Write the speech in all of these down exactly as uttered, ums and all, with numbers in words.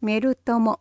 メル友。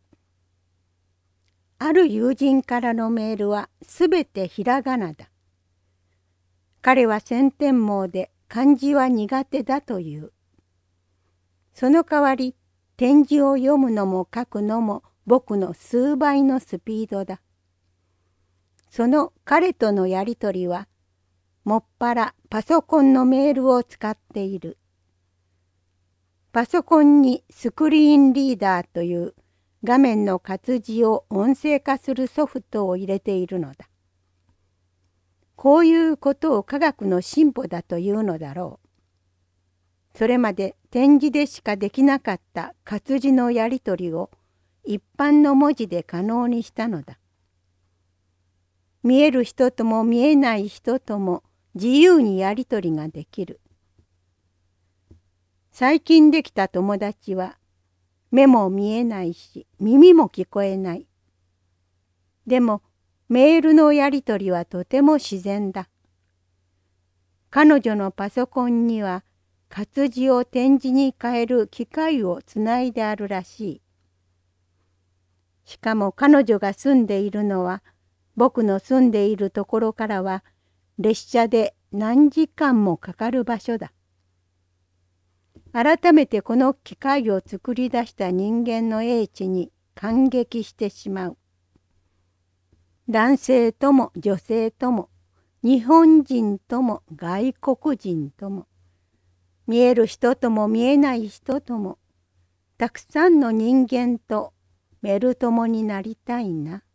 ある友人からのメールはすべてひらがなだ。彼は先天盲で漢字は苦手だという。その代わり点字を読むのも書くのも僕の数倍のスピードだ。その彼とのやりとりはもっぱらパソコンのメールを使っている。パソコンにスクリーンリーダーという画面の活字を音声化するソフトを入れているのだ。こういうことを科学の進歩だというのだろう。それまで点字でしかできなかった活字のやり取りを一般の文字で可能にしたのだ。見える人とも見えない人とも自由にやり取りができる。最近できた友達は目も見えないし耳も聞こえない。でもメールのやり取りはとても自然だ。彼女のパソコンには活字を点字に変える機械をつないであるらしい。しかも彼女が住んでいるのは僕の住んでいるところからは列車で何時間もかかる場所だ。改めてこの機械を作り出した人間の英知に感激してしまう。男性とも女性とも日本人とも外国人とも見える人とも見えない人ともたくさんの人間とメル友になりたいな。